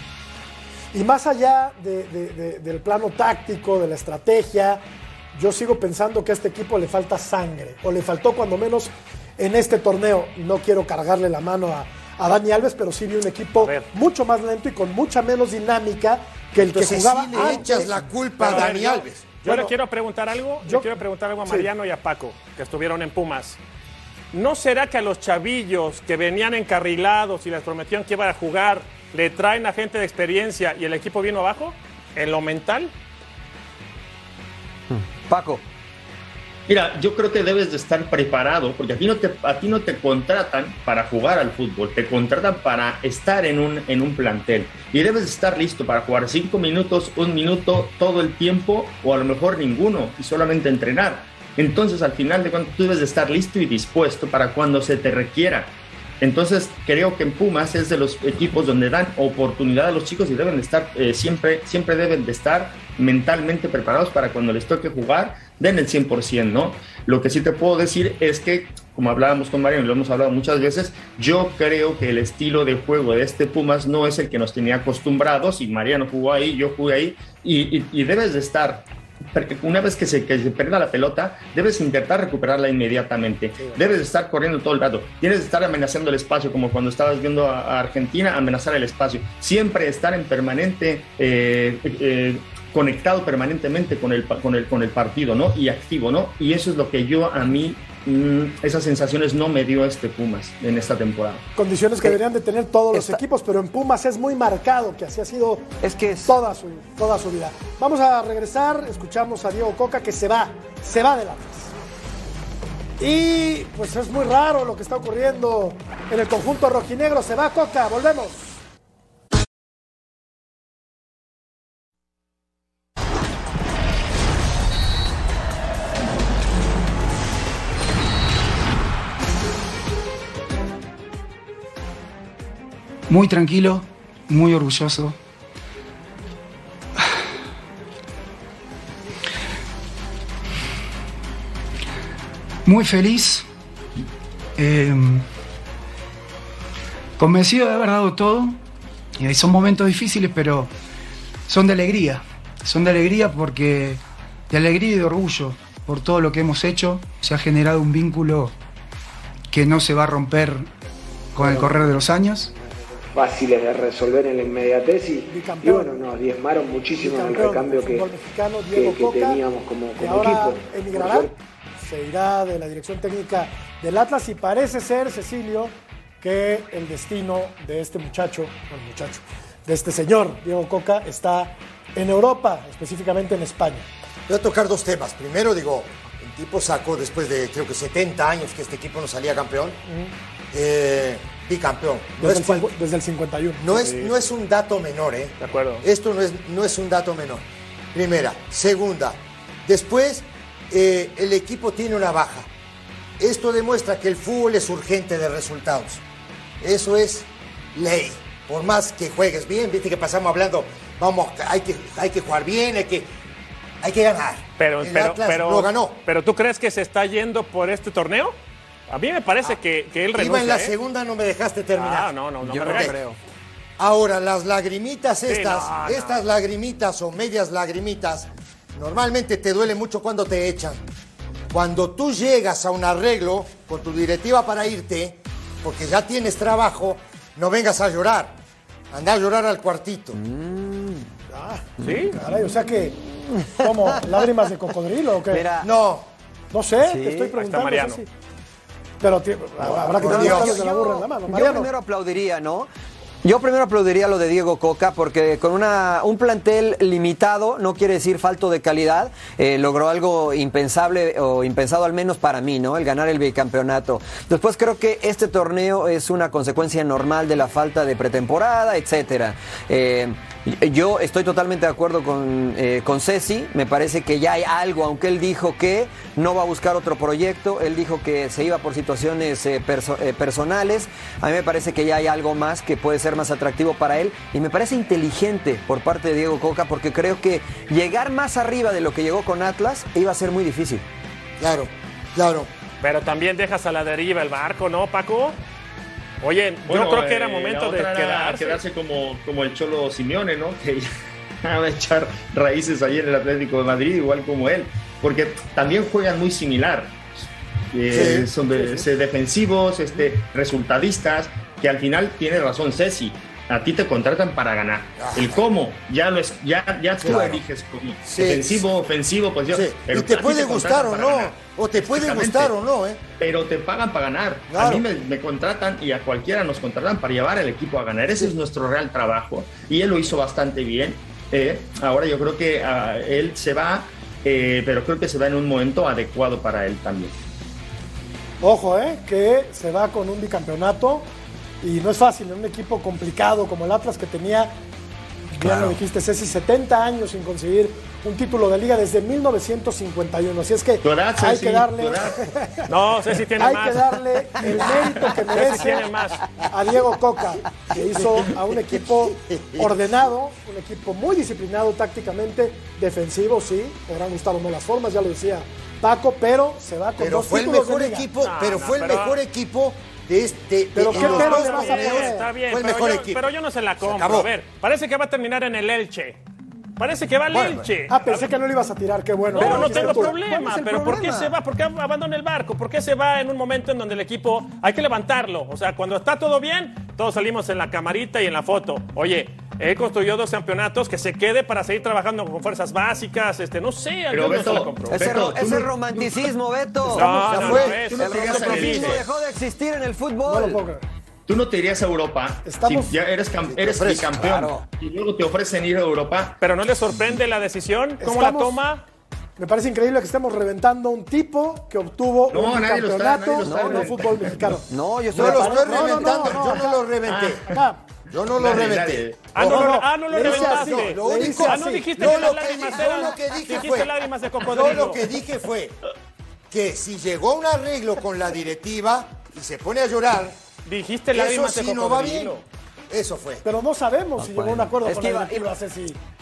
Y más allá del plano táctico, de la estrategia, yo sigo pensando que a este equipo le falta sangre, o le faltó cuando menos en este torneo. No quiero cargarle la mano a Dani Alves, pero sí vi un equipo mucho más lento y con mucha menos dinámica que el Entonces, que jugaba sí le echas la culpa a Dani Alves. Yo le quiero preguntar algo. Yo quiero preguntar algo a Mariano y a Paco, que estuvieron en Pumas. ¿No será que a los chavillos que venían encarrilados y les prometieron que iban a jugar, le traen a gente de experiencia y el equipo vino abajo? ¿En lo mental? Paco. Mira, yo creo que debes de estar preparado, porque a ti no te contratan para jugar al fútbol, te contratan para estar en un plantel. Y debes de estar listo para jugar 5 minutos, 1 minuto, todo el tiempo, o a lo mejor ninguno, y solamente entrenar. Entonces, al final de cuentas, tú debes de estar listo y dispuesto para cuando se te requiera. Entonces, creo que en Pumas es de los equipos donde dan oportunidad a los chicos y deben de estar, siempre deben de estar mentalmente preparados para cuando les toque jugar, den el 100%, ¿no? Lo que sí te puedo decir es que, como hablábamos con Mariano y lo hemos hablado muchas veces, yo creo que el estilo de juego de este Pumas no es el que nos tenía acostumbrados, y Mariano jugó ahí, yo jugué ahí, y debes de estar... Una vez que se pierda la pelota, debes intentar recuperarla inmediatamente. Debes estar corriendo todo el rato. Tienes que estar amenazando el espacio, como cuando estabas viendo a Argentina, amenazar el espacio. Siempre estar en permanente, conectado permanentemente con el partido, ¿no? Y activo, ¿no? Y eso es lo que a mí, esas sensaciones no me dio este Pumas en esta temporada. Condiciones que deberían de tener todos los equipos, pero en Pumas es muy marcado, que así ha sido toda su vida. Vamos a regresar, escuchamos a Diego Coca, que se va del Atlas. Y pues es muy raro lo que está ocurriendo en el conjunto rojinegro. Se va Coca, volvemos. Muy tranquilo, muy orgulloso. Muy feliz. Convencido de haber dado todo. Y son momentos difíciles, pero son de alegría. Son de alegría porque... de alegría y de orgullo por todo lo que hemos hecho. Se ha generado un vínculo que no se va a romper con el correr de los años. Fáciles de resolver en la inmediatez y bueno, nos diezmaron muchísimo en el recambio que teníamos como equipo. Emigrará, se irá de la dirección técnica del Atlas y parece ser, Cecilio, que el destino de este de este señor, Diego Coca, está en Europa, específicamente en España. Voy a tocar dos temas. Primero, el tipo sacó después de creo que 70 años que este equipo no salía campeón. Bicampeón. Desde el 51. No es un dato menor, ¿eh? De acuerdo. Esto no es un dato menor. Primera. Segunda. Después, el equipo tiene una baja. Esto demuestra que el fútbol es urgente de resultados. Eso es ley. Por más que juegues bien, viste que pasamos hablando, hay que jugar bien, hay que ganar. Pero lo ganó. ¿Pero tú crees que se está yendo por este torneo? A mí me parece que él renuncia. Iba en la segunda, no me dejaste terminar. No yo me creo. Ahora, las lagrimitas estas lagrimitas o medias lagrimitas, normalmente te duele mucho cuando te echan. Cuando tú llegas a un arreglo con tu directiva para irte, porque ya tienes trabajo, no vengas a llorar. Anda a llorar al cuartito. ¿Sí? Caray, o sea que, ¿cómo? ¿Lágrimas de cocodrilo o qué? Mira, no sé, sí, te estoy preguntando. Mariano. Sí. Pero habrá que tener los pelos de la burra en la mano. Yo primero aplaudiría, ¿no? Yo primero aplaudiría lo de Diego Coca porque con un plantel limitado, no quiere decir falto de calidad, logró algo impensable o impensado al menos para mí, ¿no? El ganar el bicampeonato. Después creo que este torneo es una consecuencia normal de la falta de pretemporada, etcétera. Yo estoy totalmente de acuerdo con Ceci, me parece que ya hay algo, aunque él dijo que no va a buscar otro proyecto, él dijo que se iba por situaciones personales, a mí me parece que ya hay algo más que puede ser más atractivo para él y me parece inteligente por parte de Diego Coca porque creo que llegar más arriba de lo que llegó con Atlas iba a ser muy difícil. Claro. Pero también dejas a la deriva el barco, ¿no, Paco? Oye, yo creo que era momento de quedarse como el Cholo Simeone, ¿no? Que va a echar raíces ahí en el Atlético de Madrid, igual como él, porque también juegan muy similar. Son defensivos, resultadistas, que al final tiene razón Ceci. A ti te contratan para ganar. El cómo, ya tú eliges cómo. Ofensivo, pues yo. Sí. Y te puede gustar o no. O te puede gustar o no, Pero te pagan para ganar. Claro. A mí me contratan y a cualquiera nos contratan para llevar al equipo a ganar. Ese es nuestro real trabajo. Y él lo hizo bastante bien. Ahora yo creo que él se va, pero creo que se va en un momento adecuado para él también. Ojo, que se va con un bicampeonato y no es fácil en un equipo complicado como el Atlas, que tenía, ya lo dijiste, Ceci, 70 años sin conseguir un título de liga desde 1951. Así es que hay que darle no, Ceci tiene hay más. que darle el mérito que merece a Diego Coca, que hizo a un equipo ordenado, un equipo muy disciplinado tácticamente, defensivo, sí, podrán gustar o no las formas, ya lo decía Paco, pero se va con dos fue el títulos mejor de liga. equipo, fue el mejor equipo de este. Pero ¿qué pero le vas a poner? Está bien, fue el mejor equipo. Pero yo no se la compro. A ver, parece que va a terminar en el Elche. Parece que va al Elche. Pensé que no le ibas a tirar, qué bueno. Pero no tengo problema. Pero ¿por qué se va? ¿Por qué abandona el barco? ¿Por qué se va en un momento en donde el equipo hay que levantarlo? O sea, cuando está todo bien, todos salimos en la camarita y en la foto. Oye, él construyó 2 campeonatos, que se quede para seguir trabajando con fuerzas básicas, no sé, pero no se la compro. Ese romanticismo, Beto. No, el romanticismo dejó de existir en el fútbol. No lo puedo creer. Tú no te irías a Europa si ya eres bicampeón, claro, y luego te ofrecen ir a Europa. Pero ¿no le sorprende la decisión? ¿Cómo la toma? Me parece increíble que estemos reventando un tipo que obtuvo un campeonato en el fútbol mexicano. No, yo no lo estoy reventando, yo no lo reventé. Yo no lo reventé. No lo reventaste. No dijiste que las lágrimas eran. Lo que dije dijiste lágrimas de cocodrilo. Yo lo que dije fue que si llegó a un arreglo con la directiva y se pone a llorar, dijiste lágrimas de cocodrilo. No va bien. Eso fue. Pero no sabemos si llegó a un acuerdo con la directiva, Ceci.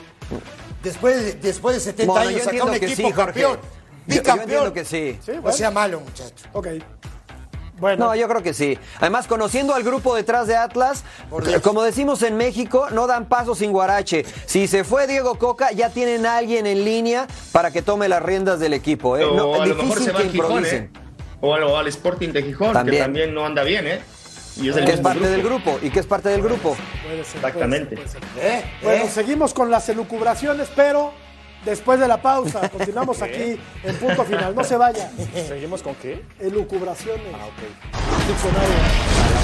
Después de 70 años saca un equipo campeón. Bicampeón. Yo entiendo que sí. No sea malo, muchacho. Ok. Bueno. No, yo creo que sí. Además, conociendo al grupo detrás de Atlas, como decimos en México, no dan paso sin guarache. Si se fue Diego Coca, ya tienen a alguien en línea para que tome las riendas del equipo. O a lo mejor se va a Gijón, o al Sporting de Gijón, que también no anda bien, Y que es parte del grupo. ¿Y que es parte del grupo? Puede ser. Exactamente. Puede ser. Bueno, seguimos con las elucubraciones, pero después de la pausa. Continuamos aquí en Punto Final. No se vaya. ¿Seguimos con qué? Elucubraciones. Ok. Diccionario.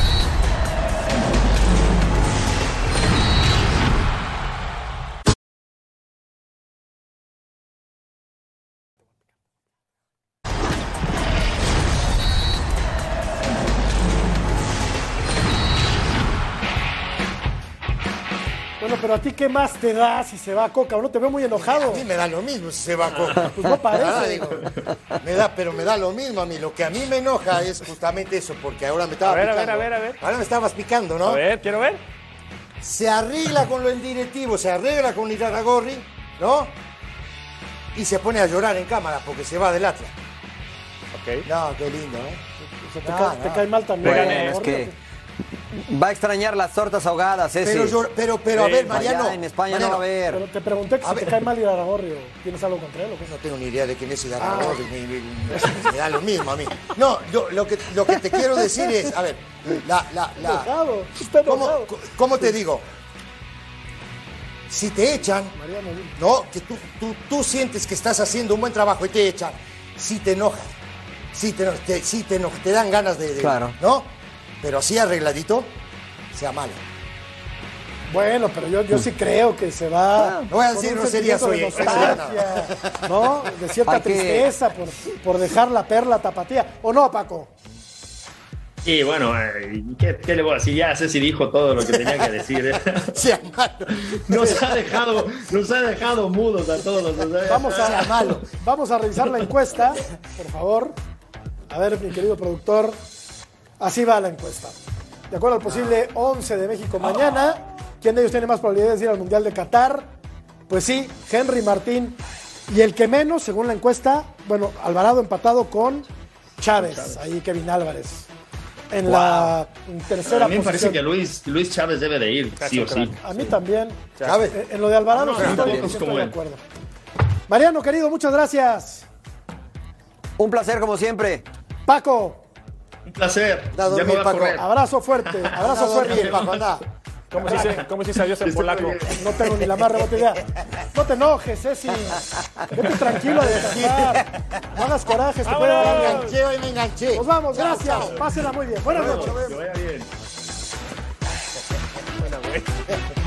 Bueno, pero a ti, ¿qué más te da si se va Coca? ¿No te veo muy enojado? A mí me da lo mismo si se va Coca. Pues no parece. Me da lo mismo a mí. Lo que a mí me enoja es justamente eso, porque ahora me estaba picando. A ver. Ahora me estabas picando, ¿no? A ver, quiero ver. Se arregla con lo directivo, se arregla con Irarrágorri, ¿no? Y se pone a llorar en cámara porque se va del Atlas. Ok. No, qué lindo, Te cae mal también. Bueno, es que va a extrañar las tortas ahogadas, ese. Pero a ver, Mariano. En España no va a haber. Pero te pregunté que si te cae mal Irarrágorri, ¿tienes algo contra él o qué? No tengo ni idea de quién es Irarrágorri. Me da lo mismo a mí. No, lo que te quiero decir es, a ver, ¿cómo te digo? Si te echan, no, que tú sientes que estás haciendo un buen trabajo y te echan, si te enojas, te dan ganas de claro. ¿no? Pero así arregladito, sea malo. Bueno, pero yo sí creo que se va. No voy a decir groserías hoy. ¿No? De cierta tristeza por dejar la perla tapatía. ¿O no, Paco? Y bueno, ¿qué le voy a decir? Ya Ceci dijo todo lo que tenía que decir. Sea malo. Nos ha dejado mudos a todos. Vamos a revisar la encuesta, por favor. A ver, mi querido productor. Así va la encuesta. De acuerdo al posible 11 de México mañana, ¿quién de ellos tiene más probabilidades de ir al Mundial de Qatar? Pues sí, Henry Martín. Y el que menos, según la encuesta, bueno, Alvarado empatado con Chávez. Ahí Kevin Álvarez. En la tercera posición. A mí me parece que Luis Chávez debe de ir, sí o sí. A mí también. ¿Chávez? En lo de Alvarado estoy de acuerdo. Mariano, querido, muchas gracias. Un placer, como siempre. Paco. Un placer. Paco. Abrazo fuerte. Abrazo fuerte. Paco, anda. ¿Cómo se dice adiós en polaco? No tengo ni la más remota idea. No te enojes, Ceci. Vete tranquilo a descansar. No hagas corajes. Me enganché, hoy me enganché. Nos vamos, gracias. Pásenla muy bien. Buenas noches. Que vaya bien. Buena, güey.